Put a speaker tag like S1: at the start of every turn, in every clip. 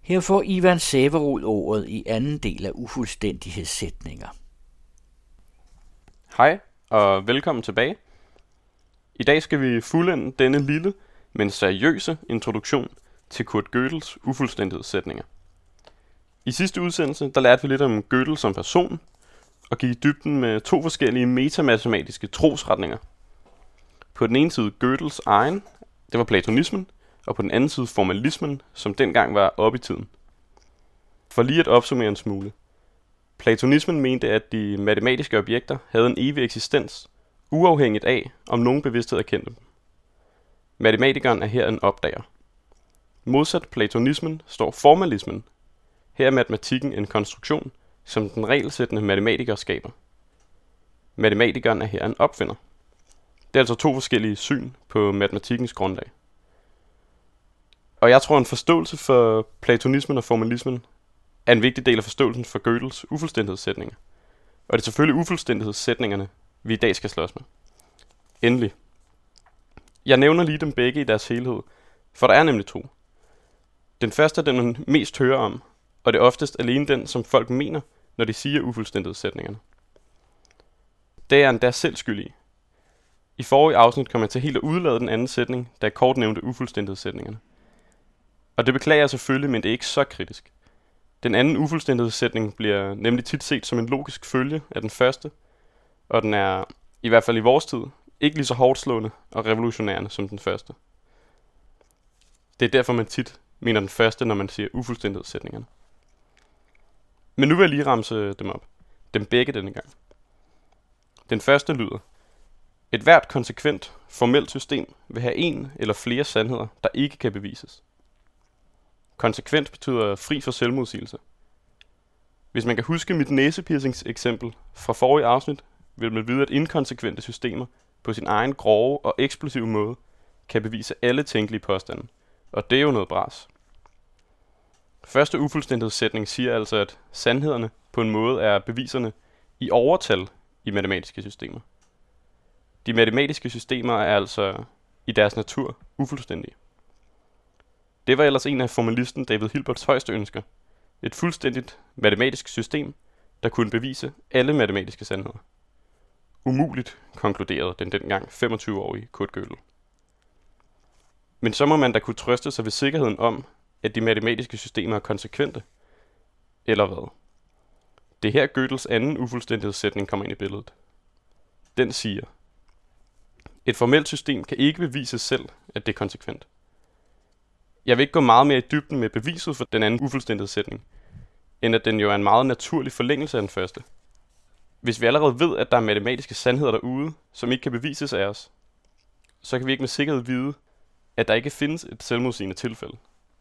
S1: Her får Ivan Sæverud ordet i anden del af ufuldstændighedssætninger.
S2: Hej og velkommen tilbage. I dag skal vi fuldende denne lille, men seriøse introduktion til Kurt Gödels ufuldstændighedssætninger. I sidste udsendelse der lærte vi lidt om Gödel som person og gik i dybden med to forskellige metamatematiske trosretninger. På den ene side Gödels egen, det var platonismen, og på den anden side formalismen, som dengang var oppe i tiden. For lige at opsummere en smule. Platonismen mente, at de matematiske objekter havde en evig eksistens, uafhængigt af, om nogen bevidsthed erkendte dem. Matematikeren er her en opdager. Modsat platonismen står formalismen. Her er matematikken en konstruktion, som den regelsættende matematiker skaber. Matematikeren er her en opfinder. Det er altså to forskellige syn på matematikkens grundlag. Og jeg tror, en forståelse for platonismen og formalismen er en vigtig del af forståelsen for Gödels ufuldstændighedssætninger. Og det er selvfølgelig ufuldstændighedssætningerne, vi i dag skal slås med. Endelig. Jeg nævner lige dem begge i deres helhed, for der er nemlig to. Den første er den, man mest hører om, og det er oftest alene den, som folk mener, når de siger ufuldstændighedssætningerne. Det er jeg endda selv skyld i. I forrige afsnit kom jeg til helt at udelade den anden sætning, da jeg kort nævnte ufuldstændighedssætningerne. Og det beklager jeg selvfølgelig, men det er ikke så kritisk. Den anden ufuldstændighedssætning bliver nemlig tit set som en logisk følge af den første, og den er, i hvert fald i vores tid, ikke lige så hårdslående og revolutionerende som den første. Det er derfor, man tit mener den første, når man siger ufuldstændighedssætningerne. Men nu vil jeg lige ramse dem op. Dem begge denne gang. Den første lyder: et hvert konsekvent, formelt system vil have en eller flere sandheder, der ikke kan bevises. Konsekvent betyder fri for selvmodsigelse. Hvis man kan huske mit næsepiercings-eksempel fra forrige afsnit, vil man vide, at inkonsekvente systemer på sin egen grove og eksplosive måde kan bevise alle tænkelige påstande. Og det er jo noget bras. Første ufuldstændighedssætning siger altså, at sandhederne på en måde er beviserne i overtal i matematiske systemer. De matematiske systemer er altså i deres natur ufuldstændige. Det var ellers en af formalisten David Hilberts højeste ønsker. Et fuldstændigt matematisk system, der kunne bevise alle matematiske sandheder. Umuligt, konkluderede den dengang 25-årige Kurt Gödel. Men så må man da kunne trøste sig ved sikkerheden om, at de matematiske systemer er konsekvente. Eller hvad? Det er her Gödels anden ufuldstændighedssætning kommer ind i billedet. Den siger: et formelt system kan ikke bevise selv, at det er konsekvent. Jeg vil ikke gå meget mere i dybden med beviset for den anden ufuldstændighedssætning, end at den jo er en meget naturlig forlængelse af den første. Hvis vi allerede ved, at der er matematiske sandheder derude, som ikke kan bevises af os, så kan vi ikke med sikkerhed vide, at der ikke findes et selvmodsigende tilfælde.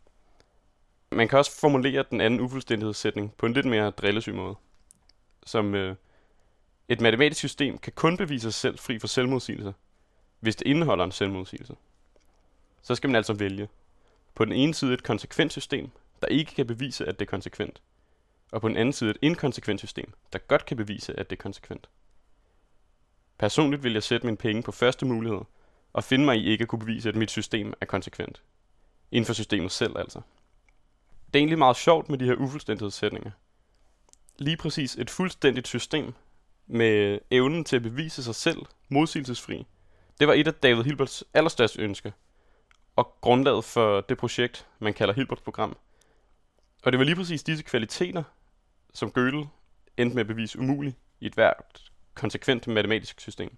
S2: Man kan også formulere den anden ufuldstændighedssætning på en lidt mere drillesyg måde. Som et matematisk system kan kun bevise sig selv fri for selvmodsigelse, hvis det indeholder en selvmodsigelse. Så skal man altså vælge. På den ene side et konsekvent system, der ikke kan bevise, at det er konsekvent. Og på den anden side et inkonsekvent system, der godt kan bevise, at det er konsekvent. Personligt vil jeg sætte mine penge på første mulighed, og finde mig i ikke at kunne bevise, at mit system er konsekvent. Inden for systemet selv altså. Det er egentlig meget sjovt med de her ufuldstændighedssætninger. Lige præcis et fuldstændigt system med evnen til at bevise sig selv modsigelsesfri. Det var et af David Hilberts allerstørste ønsker, og grundlaget for det projekt, man kalder Hilberts program. Og det var lige præcis disse kvaliteter, som Gödel endte med at bevise umuligt i et hvert konsekvent matematisk system.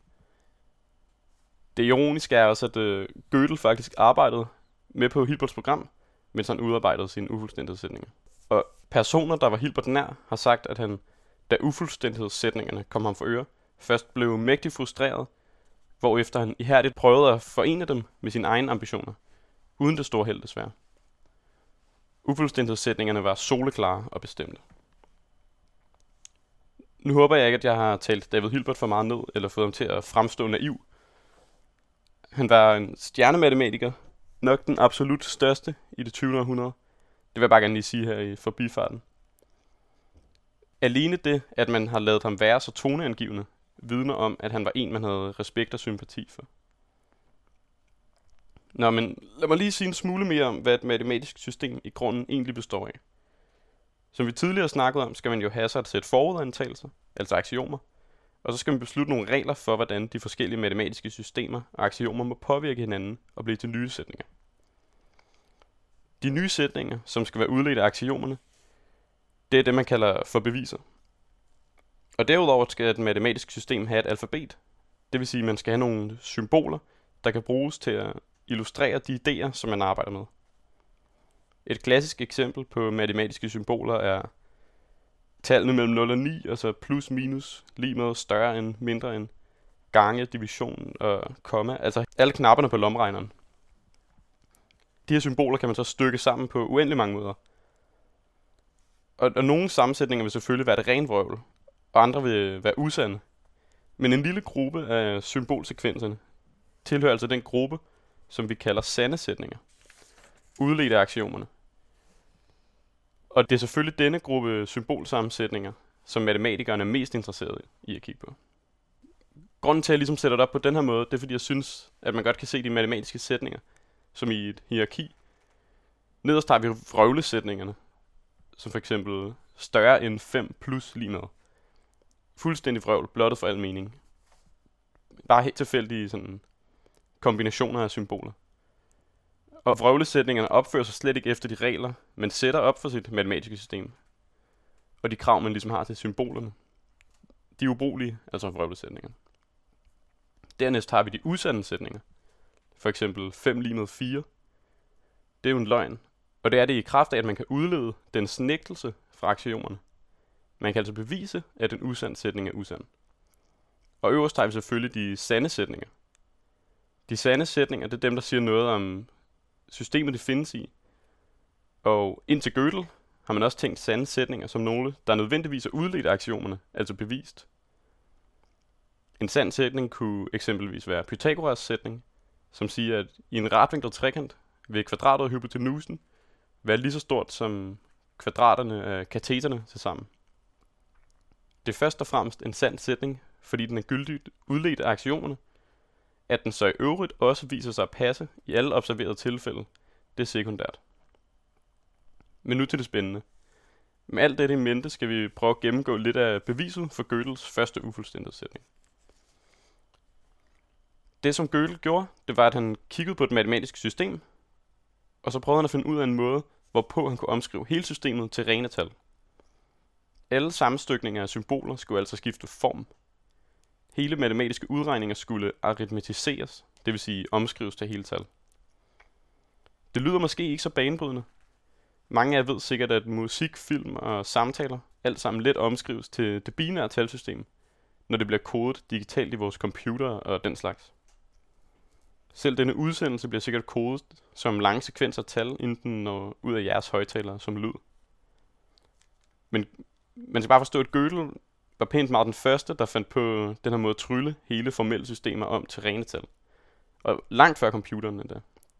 S2: Det ironiske er også, at Gödel faktisk arbejdede med på Hilberts program, mens han udarbejdede sine ufuldstændighedssætninger. Og personer, der var Hilbert nær, har sagt, at han, da ufuldstændighedssætningerne kom ham for øre, først blev mægtig frustreret, hvorefter han ihærdigt prøvede at forene dem med sine egne ambitioner, uden det store held desværre. Ufuldstændighedssætningerne var soleklare og bestemte. Nu håber jeg ikke, at jeg har talt David Hilbert for meget ned, eller fået ham til at fremstå naiv. Han var en stjernematematiker, nok den absolut største i det 20. århundrede. Det vil jeg bare gerne lige sige her i forbifarten. Alene det, at man har ladet ham være så toneangivende, vidner om, at han var en, man havde respekt og sympati for. Nå, men lad mig lige sige en smule mere om, hvad et matematisk system i grunden egentlig består af. Som vi tidligere snakkede om, skal man jo have sig et sæt forudantagelser, altså aksiomer, og så skal man beslutte nogle regler for, hvordan de forskellige matematiske systemer og aksiomer må påvirke hinanden og blive til nye sætninger. De nye sætninger, som skal være udledt af aksiomerne, det er det, man kalder for beviser. Og derudover skal et matematisk system have et alfabet, det vil sige, at man skal have nogle symboler, der kan bruges til at illustrere de idéer, som man arbejder med. Et klassisk eksempel på matematiske symboler er tallene mellem 0 og 9, altså plus, minus, lige med, større end, mindre end, gange, division og komma, altså alle knapperne på lommeregneren. De her symboler kan man så stykke sammen på uendelig mange måder. Og nogle sammensætninger vil selvfølgelig være det rene vrøvl, og andre vil være usande. Men en lille gruppe af symbolsekvenserne tilhører altså den gruppe, som vi kalder sande sætninger, udledt af aksiomerne. Og det er selvfølgelig denne gruppe symbolsammensætninger, som matematikerne er mest interesserede i at kigge på. Grunden til, at jeg ligesom sætter det op på den her måde, det er, fordi jeg synes, at man godt kan se de matematiske sætninger, som i et hierarki. Nederst har vi vrøvlesætningerne, som for eksempel større end 5 plus lige med. Fuldstændig vrøvl, blottet for al mening. Bare helt tilfældige sådan kombinationer af symboler. Og vrøvlesætningerne opfører sig slet ikke efter de regler, man sætter op for sit matematiske system. Og de krav, man ligesom har til symbolerne. De er ubrugelige, altså vrøvlesætningerne. Dernæst har vi de usande sætninger. For eksempel 5 lige med 4. Det er jo en løgn. Og det er det i kraft af, at man kan udlede den nægtelse fra aksiomerne. Man kan altså bevise, at en usand sætning er usand. Og øverst har vi selvfølgelig de sande sætninger. De sande sætninger, det er dem, der siger noget om systemet, det findes i. Og indtil Gödel har man også tænkt sande sætninger som nogle, der nødvendigvis er udledt af aksiomerne, altså bevist. En sand sætning kunne eksempelvis være Pythagoras sætning, som siger, at i en retvinklet trekant vil kvadratet af hypotenusen være lige så stort som kvadraterne af kateterne til sammen. Det er først og fremmest en sand sætning, fordi den er gyldigt udledt af aksiomerne. At den så i øvrigt også viser sig at passe i alle observerede tilfælde, det er sekundært. Men nu til det spændende. Med alt dette i mente skal vi prøve at gennemgå lidt af beviset for Gödels første ufuldstændighedssætning. Det som Gödel gjorde, det var at han kiggede på et matematisk system, og så prøvede han at finde ud af en måde, hvorpå han kunne omskrive hele systemet til rene tal. Alle sammenstykninger af symboler skulle altså skifte form. Hele matematiske udregninger skulle aritmetiseres, det vil sige omskrives til hele tal. Det lyder måske ikke så banebrydende. Mange af jer ved sikkert, at musik, film og samtaler alt sammen let omskrives til det binære talsystem, når det bliver kodet digitalt i vores computer og den slags. Selv denne udsendelse bliver sikkert kodet som lange sekvenser af tal, inden den når ud af jeres højtalere som lyd. Men man skal bare forstå, at Gödel var pænt meget den første, der fandt på den her måde at trylle hele formelle systemer om til rene tal. Og langt før computeren endda.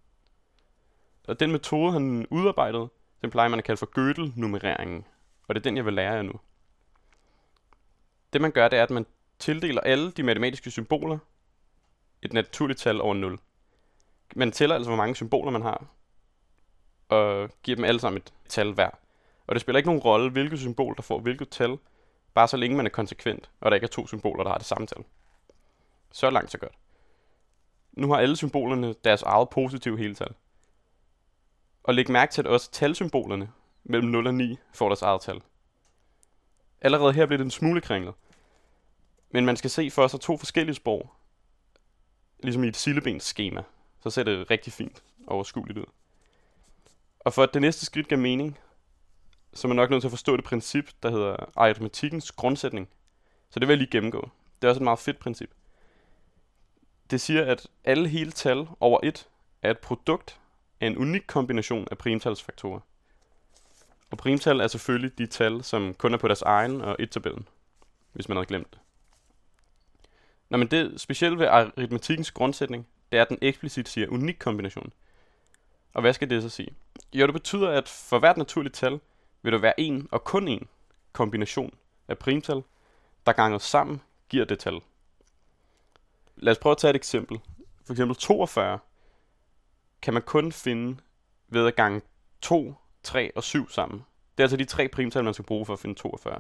S2: Og den metode, han udarbejdede, den plejer man at kalde for Gödel-nummereringen. Og det er den, jeg vil lære jer nu. Det man gør, det er, at man tildeler alle de matematiske symboler et naturligt tal over 0. Man tæller altså, hvor mange symboler man har, og giver dem alle sammen et tal hver. Og det spiller ikke nogen rolle, hvilket symbol, der får hvilket tal, bare så længe man er konsekvent, og der ikke er 2 symboler, der har det samme tal. Så langt, så godt. Nu har alle symbolerne deres eget positive heltal. Og læg mærke til, at også talsymbolerne mellem 0 og 9 får deres eget tal. Allerede her bliver det en smule kringlet. Men man skal se for sig 2 forskellige spor, ligesom i et sillebens skema. Så ser det rigtig fint overskueligt ud. Og for at det næste skridt giver mening, så er man nok nødt til at forstå det princip, der hedder aritmetikkens grundsætning. Så det vil jeg lige gennemgå. Det er også et meget fedt princip. Det siger, at alle hele tal over 1 er et produkt af en unik kombination af primtalsfaktorer. Og primtal er selvfølgelig de tal, som kun er på deres egen og 1-tabellen, hvis man havde glemt det. Nå, men det specielle ved aritmetikkens grundsætning, det er, at den eksplicit siger unik kombination. Og hvad skal det så sige? Jo, det betyder, at for hvert naturligt tal vil der være en og kun en kombination af primtal, der ganget sammen giver det tal. Lad os prøve at tage et eksempel. For eksempel 42. kan man kun finde ved at gange 2, 3 og 7 sammen. Det er altså de 3 primtal, man skal bruge for at finde 42.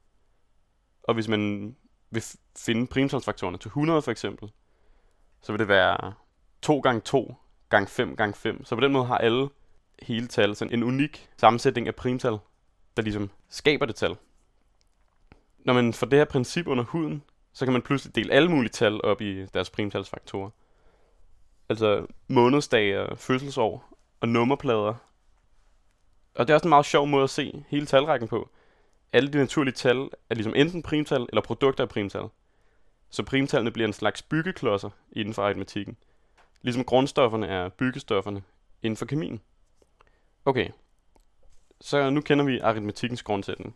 S2: Og hvis man vil finde primtalsfaktorerne til 100 for eksempel, så vil det være 2 gange 2 gange 5 gange 5. Så på den måde har alle hele tal sådan en unik sammensætning af primtal, der ligesom skaber det tal. Når man får det her princip under huden, så kan man pludselig dele alle mulige tal op i deres primtalsfaktorer. Altså månedsdage og fødselsår og nummerplader. Og det er også en meget sjov måde at se hele talrækken på. Alle de naturlige tal er ligesom enten primtal eller produkter af primtal. Så primtallene bliver en slags byggeklodser inden for aritmetikken. Ligesom grundstofferne er byggestofferne inden for kemien. Okay, så nu kender vi aritmetikkens grundsætning.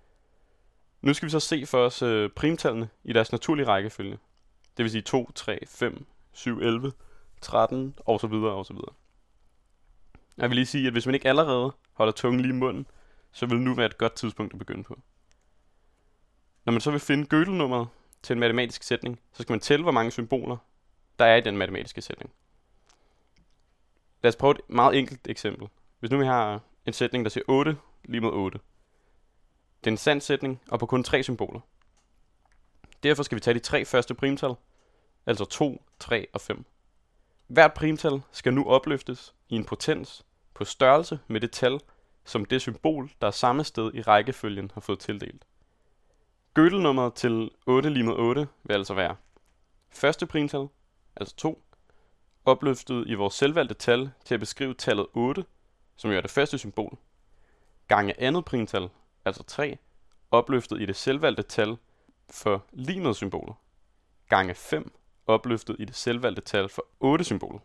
S2: Nu skal vi så se for os primtallene i deres naturlige rækkefølge. Det vil sige 2, 3, 5, 7, 11, 13 osv. osv. Jeg vil lige sige, at hvis man ikke allerede holder tungen lige i munden, så vil det nu være et godt tidspunkt at begynde på. Når man så vil finde Gödel-nummeret til en matematisk sætning, så skal man tælle, hvor mange symboler der er i den matematiske sætning. Lad os prøve et meget enkelt eksempel. Hvis nu vi har en sætning, der siger 8 lige med 8. Det er en sand sætning, og på kun 3 symboler. Derfor skal vi tage de 3 første primtal, altså 2, 3 og 5. Hvert primtal skal nu opløftes i en potens på størrelse med det tal, som det symbol, der er samme sted i rækkefølgen, har fået tildelt. Gödel-nummeret til 8 lige med 8 vil altså være første primtal, altså 2, opløftet i vores selvvalgte tal til at beskrive tallet 8, som jo er det første symbol, gange andet primtal, altså 3, opløftet i det selvvalgte tal for lig med symboler, gange 5, opløftet i det selvvalgte tal for 8 symboler.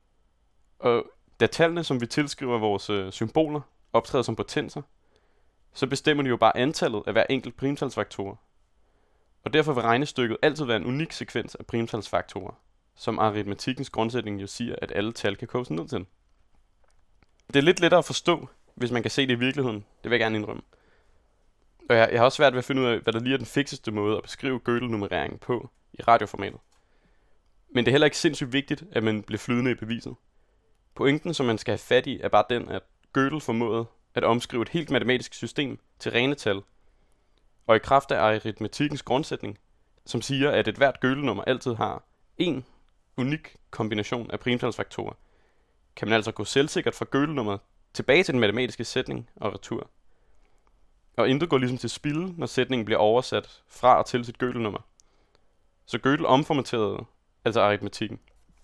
S2: Og da tallene, som vi tilskriver vores symboler, optræder som potenser, så bestemmer de jo bare antallet af hver enkelt primtalsfaktor. Og derfor vil regnestykket altid være en unik sekvens af primtalsfaktorer, som aritmetikkens grundsætning jo siger, at alle tal kan koges ned til. Det er lidt lettere at forstå, hvis man kan se det i virkeligheden. Det vil jeg gerne indrømme. Og jeg har også svært ved at finde ud af, hvad der lige er den fikseste måde at beskrive Gödel-nummereringen på i radioformatet. Men det er heller ikke sindssygt vigtigt, at man bliver flydende i beviset. Pointen, som man skal have fat i, er bare den, at Gödel formåede at omskrive et helt matematisk system til rene tal. Og i kraft af aritmetikkens grundsætning, som siger, at et hvert Gödel-nummer altid har en unik kombination af primtalsfaktorer, kan man altså gå selvsikkert fra Gödel-nummeret tilbage til den matematiske sætning og retur. Og intet går ligesom til spilde, når sætningen bliver oversat fra og til sit Gödel-nummer. Så Gödel omformaterede altså aritmetikken.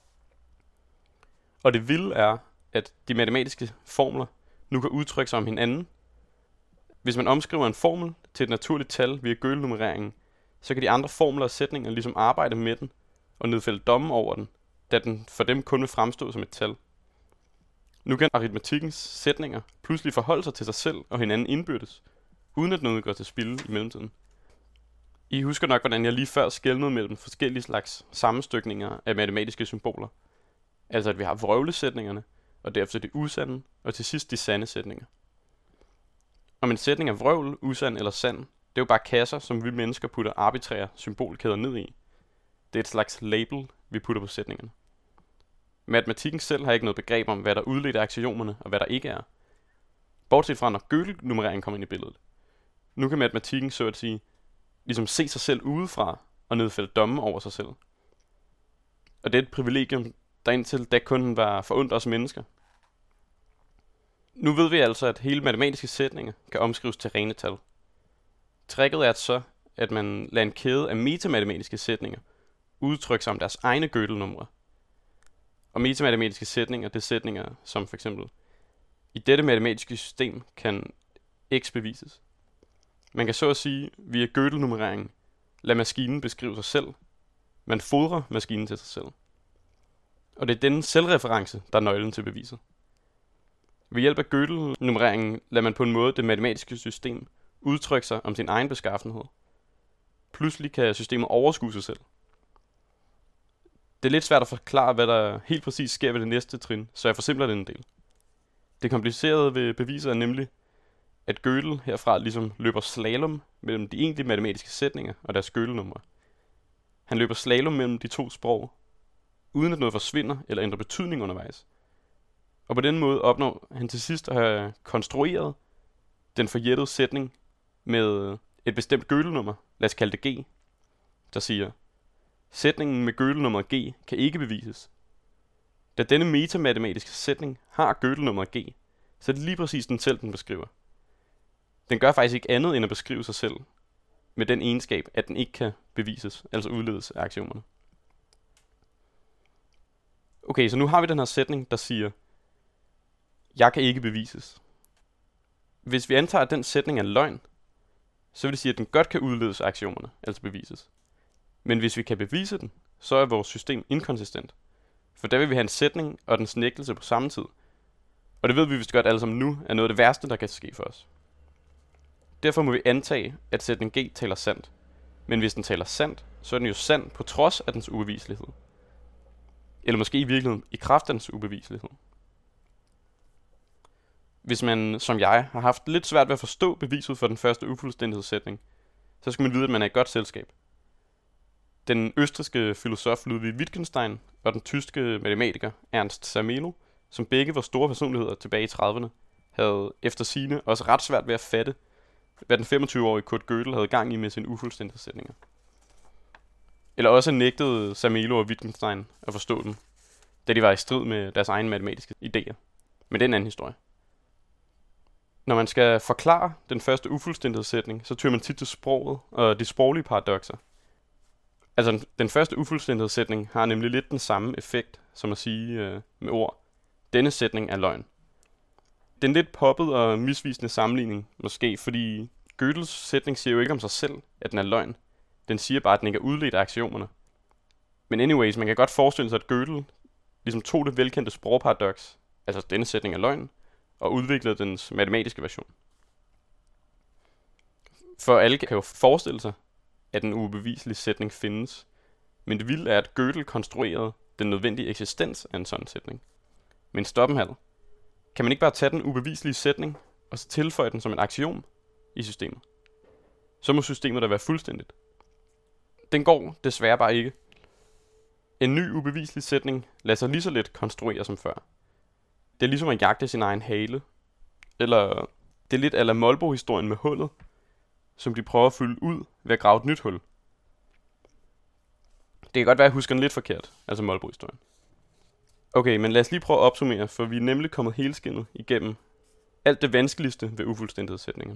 S2: Og det vilde er, at de matematiske formler nu kan udtrykke sig om hinanden. Hvis man omskriver en formel til et naturligt tal via Gödel-nummereringen, så kan de andre formler og sætninger ligesom arbejde med den og nedfælde domme over den, da den for dem kun vil fremstå som et tal. Nu kan aritmetikkens sætninger pludselig forholde sig til sig selv og hinanden indbyrdes, uden at noget går til spilde i mellemtiden. I husker nok, hvordan jeg lige før skelnede mellem forskellige slags sammenstykninger af matematiske symboler. Altså at vi har vrøvlesætningerne, og derefter de usande, og til sidst de sande sætninger. Om en sætning er vrøvl, usand eller sand, det er jo bare kasser, som vi mennesker putter arbitrære symbolkæder ned i. Det er et slags label, vi putter på sætningerne. Matematikken selv har ikke noget begreb om, hvad der udledt af aksiomerne, og hvad der ikke er. Bortset fra, når Gödel-nummereringen kommer ind i billedet. Nu kan matematikken, så at sige, ligesom se sig selv udefra og nedfælde domme over sig selv. Og det er et privilegium, der indtil da kun var forundt os mennesker. Nu ved vi altså, at hele matematiske sætninger kan omskrives til rene tal. Tricket er så, at man lader en kæde af metamatematiske sætninger udtrykke sig om deres egne Gödel-numre. Og metamatematiske sætninger, det er sætninger som for eksempel: i dette matematiske system kan x bevises. Man kan så at sige, via Gödel-nummereringen, lade maskinen beskrive sig selv. Man fodrer maskinen til sig selv. Og det er denne selvreference, der er nøglen til beviset. Ved hjælp af Gödel-nummereringen lader man på en måde det matematiske system udtrykke sig om sin egen beskaffenhed. Pludselig kan systemet overskue sig selv. Det er lidt svært at forklare, hvad der helt præcis sker ved det næste trin, så jeg forsimpler det en del. Det komplicerede ved beviset er nemlig, at Gödel herfra ligesom løber slalom mellem de egentlige matematiske sætninger og deres Gödel-numre. Han løber slalom mellem de to sprog, uden at noget forsvinder eller ændrer betydning undervejs. Og på den måde opnår han til sidst at have konstrueret den forjættede sætning med et bestemt Gödel-nummer, lad os kalde det G, der siger, sætningen med Gödel-nummeret G kan ikke bevises. Da denne metamatematiske sætning har Gödel-nummeret G, så er det lige præcis den selv, den beskriver. Den gør faktisk ikke andet end at beskrive sig selv med den egenskab, at den ikke kan bevises, altså udledes af aksiomerne. Okay, så nu har vi den her sætning, der siger, jeg kan ikke bevises. Hvis vi antager, at den sætning er løgn, så vil det sige, at den godt kan udledes af aksiomerne, altså bevises. Men hvis vi kan bevise den, så er vores system inkonsistent. For der vil vi have en sætning og dens nægtelse på samme tid. Og det ved vi vist godt alle sammen nu, er noget af det værste, der kan ske for os. Derfor må vi antage, at sætning G taler sandt. Men hvis den taler sandt, så er den jo sand på trods af dens ubeviselighed. Eller måske i virkeligheden i kraft af dens ubeviselighed. Hvis man, som jeg, har haft lidt svært ved at forstå beviset for den første ufuldstændighedssætning, så skal man vide, at man er i godt selskab. Den østrigske filosof Ludwig Wittgenstein og den tyske matematiker Ernst Zermelo, som begge var store personligheder tilbage i 30'erne, havde efter sigende også ret svært ved at fatte, hvad den 25-årige Kurt Gödel havde gang i med sine ufuldstændighedssætninger. Eller også nægtede Zermelo og Wittgenstein at forstå dem, da de var i strid med deres egne matematiske idéer. Men det er en anden historie. Når man skal forklare den første ufuldstændighedssætning, så tyrer man tit til sproget og de sproglige paradokser. Altså, den første ufuldstændighedssætning har nemlig lidt den samme effekt, som at sige med ord, denne sætning er løgn. Det er en lidt poppet og misvisende sammenligning, måske, fordi Gödels sætning siger jo ikke om sig selv, at den er løgn. Den siger bare, at den ikke er udledt af aksiomerne. Men anyways, man kan godt forestille sig, at Gödel ligesom tog det velkendte sprogparadoks, altså denne sætning er løgn, og udviklede dens matematiske version. For alle kan jo forestille sig, at en ubeviselig sætning findes, men det vilde er, at Gödel konstruerede den nødvendige eksistens af en sådan sætning. Men stop en halv. Kan man ikke bare tage den ubeviselige sætning, og så tilføje den som en aksiom i systemet? Så må systemet da være fuldstændigt. Den går desværre bare ikke. En ny ubeviselig sætning lader sig lige så let konstruere som før. Det er ligesom at jagte sin egen hale. Eller det er lidt a la Molbo-historien med hullet, som de prøver at fylde ud ved at grave et nyt hul. Det kan godt være, at jeg husker den lidt forkert, altså Molbo-historien. Okay, men lad os lige prøve at opsummere, for vi er nemlig kommet helskindet igennem alt det vanskeligste ved ufuldstændighedssætningerne.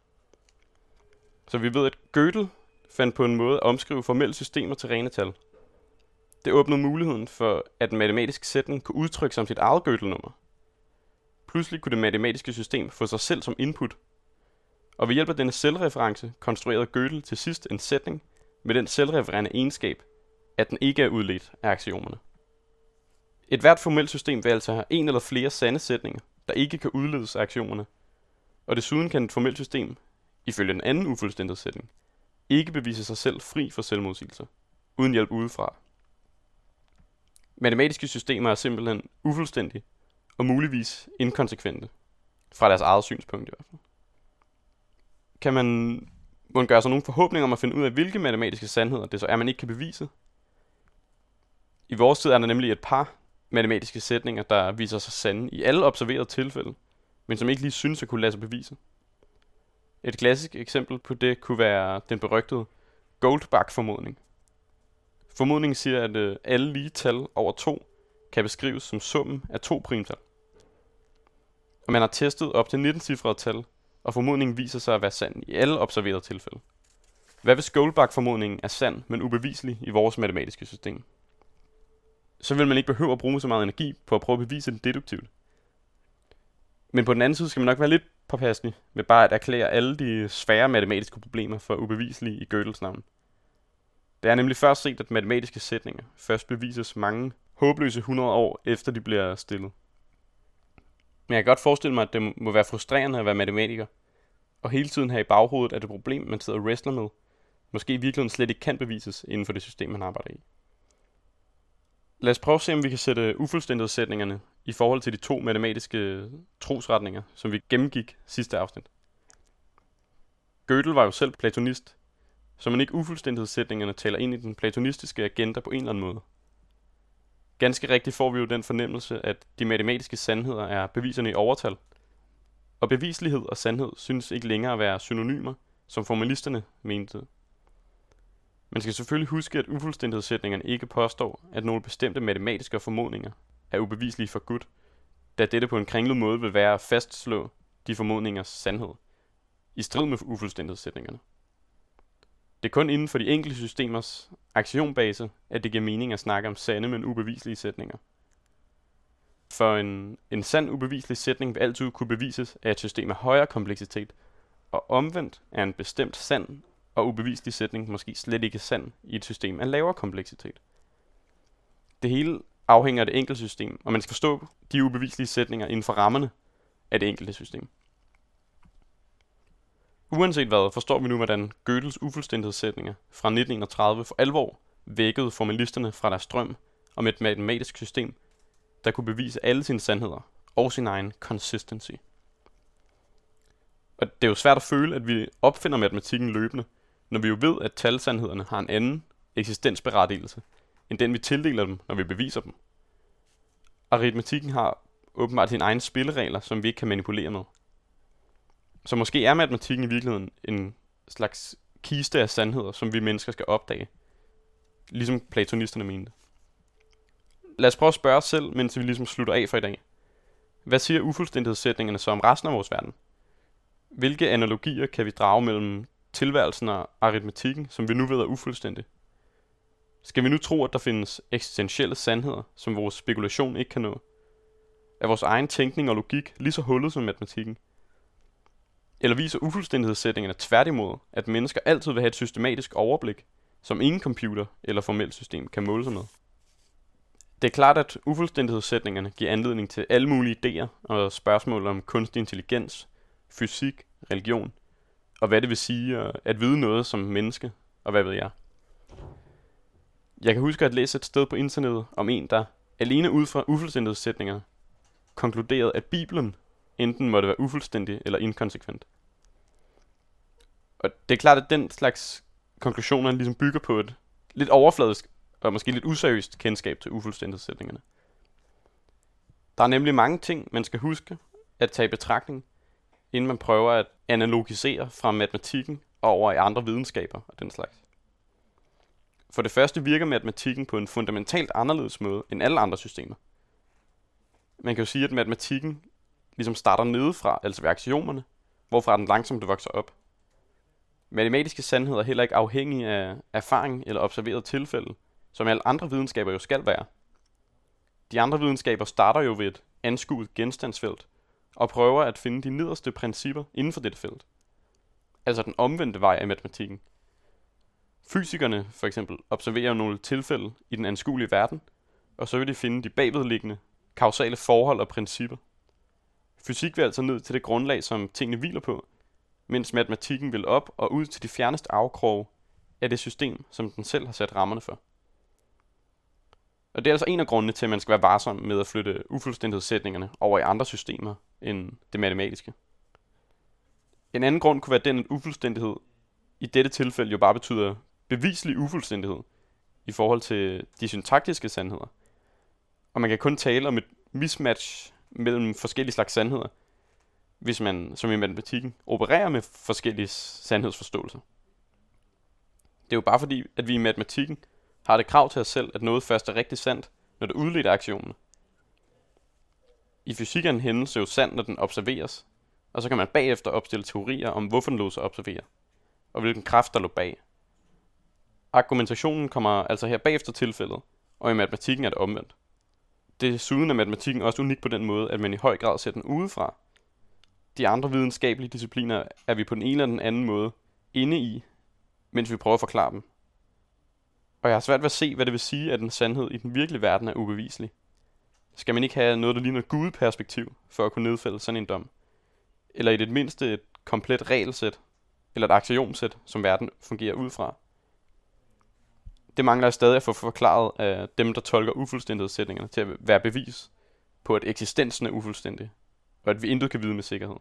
S2: Så vi ved, at Gödel fandt på en måde at omskrive formelle systemer til rene tal. Det åbnede muligheden for, at en matematisk sætning kunne udtrykke som sit eget Gödel-nummer. Pludselig kunne det matematiske system få sig selv som input. Og ved hjælp af denne selvreference konstruerede Gödel til sidst en sætning med den selvrefererende egenskab, at den ikke er udledt af aksiomerne. Et hvert formelt system vil altså have en eller flere sande sætninger, der ikke kan udledes af aksiomerne. Og desuden kan et formelt system, ifølge en anden ufuldstændighedssætning, ikke bevise sig selv fri for selvmodsigelser, uden hjælp udefra. Matematiske systemer er simpelthen ufuldstændige og muligvis inkonsekvente, fra deres eget synspunkt i hvert fald. Kan man gøre sig nogle forhåbninger om at finde ud af, hvilke matematiske sandheder det så er, man ikke kan bevise? I vores tid er der nemlig et par matematiske sætninger, der viser sig sande i alle observerede tilfælde, men som ikke lige synes at kunne lade sig bevise. Et klassisk eksempel på det kunne være den berygtede Goldbach-formodning. Formodningen siger, at alle lige tal over 2 kan beskrives som summen af 2 primtal. Og man har testet op til 19-cifrede tal, og formodningen viser sig at være sand i alle observerede tilfælde. Hvad hvis Goldbach-formodningen er sand, men ubeviselig i vores matematiske system? Så vil man ikke behøve at bruge så meget energi på at prøve at bevise det deduktivt. Men på den anden side skal man nok være lidt påpasselig med bare at erklære alle de svære matematiske problemer for ubeviselige i Gödels navn. Det er nemlig først set, at matematiske sætninger først bevises mange håbløse 100 år efter de bliver stillet. Men jeg kan godt forestille mig, at det må være frustrerende at være matematiker, og hele tiden have i baghovedet, at det problem, man sidder og wrestler med, måske i virkeligheden slet ikke kan bevises inden for det system, man arbejder i. Lad os prøve at se, om vi kan sætte ufuldstændighedssætningerne i forhold til de 2 matematiske trosretninger, som vi gennemgik sidste afsnit. Gödel var jo selv platonist, så man ikke ufuldstændighedssætningerne taler ind i den platonistiske agenda på en eller anden måde. Ganske rigtigt får vi jo den fornemmelse, at de matematiske sandheder er beviserne i overtal. Og bevislighed og sandhed synes ikke længere at være synonymer, som formalisterne mente. Man skal selvfølgelig huske, at ufuldstændighedssætningerne ikke påstår, at nogle bestemte matematiske formodninger er ubeviselige for Gud, da dette på en kringlet måde vil være at fastslå de formodningers sandhed, i strid med ufuldstændighedssætningerne. Det er kun inden for de enkelte systemers aktionbase, at det giver mening at snakke om sande, men ubeviselige sætninger. For en sand ubeviselig sætning vil altid kunne bevises af et system af højere kompleksitet, og omvendt er en bestemt sand og ubeviselig sætning måske slet ikke sand i et system af lavere kompleksitet. Det hele afhænger af det enkelte system, og man skal forstå de ubeviselige sætninger inden for rammerne af det enkelte system. Uanset hvad, forstår vi nu, hvordan Gödels ufuldstændighedssætninger fra 1931 for alvor vækkede formalisterne fra deres drøm om et matematisk system, der kunne bevise alle sine sandheder og sin egen consistency. Og det er jo svært at føle, at vi opfinder matematikken løbende, når vi jo ved, at talsandhederne har en anden eksistensberettigelse, end den vi tildeler dem, når vi beviser dem. Aritmetikken har åbenbart sine egne spilleregler, som vi ikke kan manipulere med. Så måske er matematikken i virkeligheden en slags kiste af sandheder, som vi mennesker skal opdage, ligesom platonisterne mente. Lad os prøve at spørge os selv, mens vi ligesom slutter af for i dag. Hvad siger ufuldstændighedssætningerne så om resten af vores verden? Hvilke analogier kan vi drage mellem tilværelsen og aritmetikken, som vi nu ved er ufuldstændig? Skal vi nu tro, at der findes eksistentielle sandheder, som vores spekulation ikke kan nå? Er vores egen tænkning og logik lige så hullet som matematikken? Eller viser ufuldstændighedssætningerne tværtimod, at mennesker altid vil have et systematisk overblik, som ingen computer eller formelt system kan måle sig med? Det er klart, at ufuldstændighedssætningerne giver anledning til alle mulige idéer og spørgsmål om kunstig intelligens, fysik, religion, og hvad det vil sige at vide noget som menneske, og hvad ved jeg. Jeg kan huske at læse et sted på internettet om en, der alene ud fra ufuldstændighedssætningerne konkluderede, at Bibelen enten måtte være ufuldstændig eller inkonsekvent. Og det er klart, at den slags konklusioner ligesom bygger på et lidt overfladisk og måske lidt useriøst kendskab til ufuldstændighedssætningerne. Der er nemlig mange ting, man skal huske at tage i betragtning, inden man prøver at analogisere fra matematikken over i andre videnskaber og den slags. For det første virker matematikken på en fundamentalt anderledes måde end alle andre systemer. Man kan jo sige, at matematikken ligesom starter nedefra, altså ved aksiomerne, hvorfra den langsomt vokser op. Matematiske sandheder er heller ikke afhængige af erfaring eller observeret tilfælde, som alle andre videnskaber jo skal være. De andre videnskaber starter jo ved et anskuet genstandsfelt, og prøver at finde de nederste principper inden for dette felt. Altså den omvendte vej af matematikken. Fysikerne for eksempel observerer nogle tilfælde i den anskuelige verden, og så vil de finde de bagvedliggende kausale forhold og principper. Fysik vil altså ned til det grundlag, som tingene hviler på, mens matematikken vil op og ud til de fjerneste afkroge af det system, som den selv har sat rammerne for. Og det er altså en af grundene til, at man skal være varsom med at flytte ufuldstændighedssætningerne over i andre systemer end det matematiske. En anden grund kunne være den, at ufuldstændighed i dette tilfælde jo bare betyder beviselig ufuldstændighed i forhold til de syntaktiske sandheder. Og man kan kun tale om et mismatch mellem forskellige slags sandheder, hvis man, som i matematikken, opererer med forskellige sandhedsforståelser. Det er jo bare fordi, at vi i matematikken har det krav til os selv, at noget først er rigtig sandt, når det udleder aktionerne. I fysik er en hændelse jo sand, når den observeres, og så kan man bagefter opstille teorier om, hvorfor den lod sig observere, og hvilken kraft der lå bag. Argumentationen kommer altså her bagefter tilfældet, og i matematikken er det omvendt. Desuden er matematikken også unik på den måde, at man i høj grad ser den udefra. De andre videnskabelige discipliner er vi på den ene eller den anden måde inde i, mens vi prøver at forklare dem. Og jeg har svært ved at se, hvad det vil sige, at en sandhed i den virkelige verden er ubeviselig. Skal man ikke have noget, der ligner et gudeperspektiv, for at kunne nedfælde sådan en dom? Eller i det mindste et komplet regelsæt, eller et aksiomsæt, som verden fungerer ud fra? Det mangler jeg stadig at få forklaret af dem, der tolker ufuldstændighedssætningerne til at være bevis på, at eksistensen er ufuldstændig, og at vi intet kan vide med sikkerhed.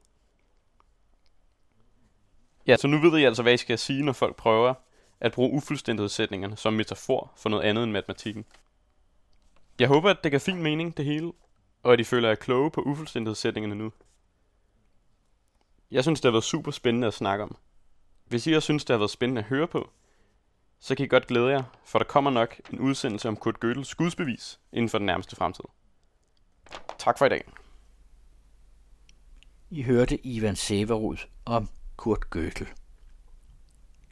S2: Ja, så nu ved I altså, hvad I skal sige, når folk prøver at bruge ufuldstændighedssætningerne som metafor for noget andet end matematikken. Jeg håber, at det gav fin mening, det hele, og at I føler jer kloge på ufuldstændighedssætningerne nu. Jeg synes, det har været super spændende at snakke om. Hvis I også synes, det har været spændende at høre på, så kan I godt glæde jer, for der kommer nok en udsendelse om Kurt Gödels skudsbevis inden for den nærmeste fremtid. Tak for i dag.
S1: I hørte Ivan Sæverud om Kurt Gödel.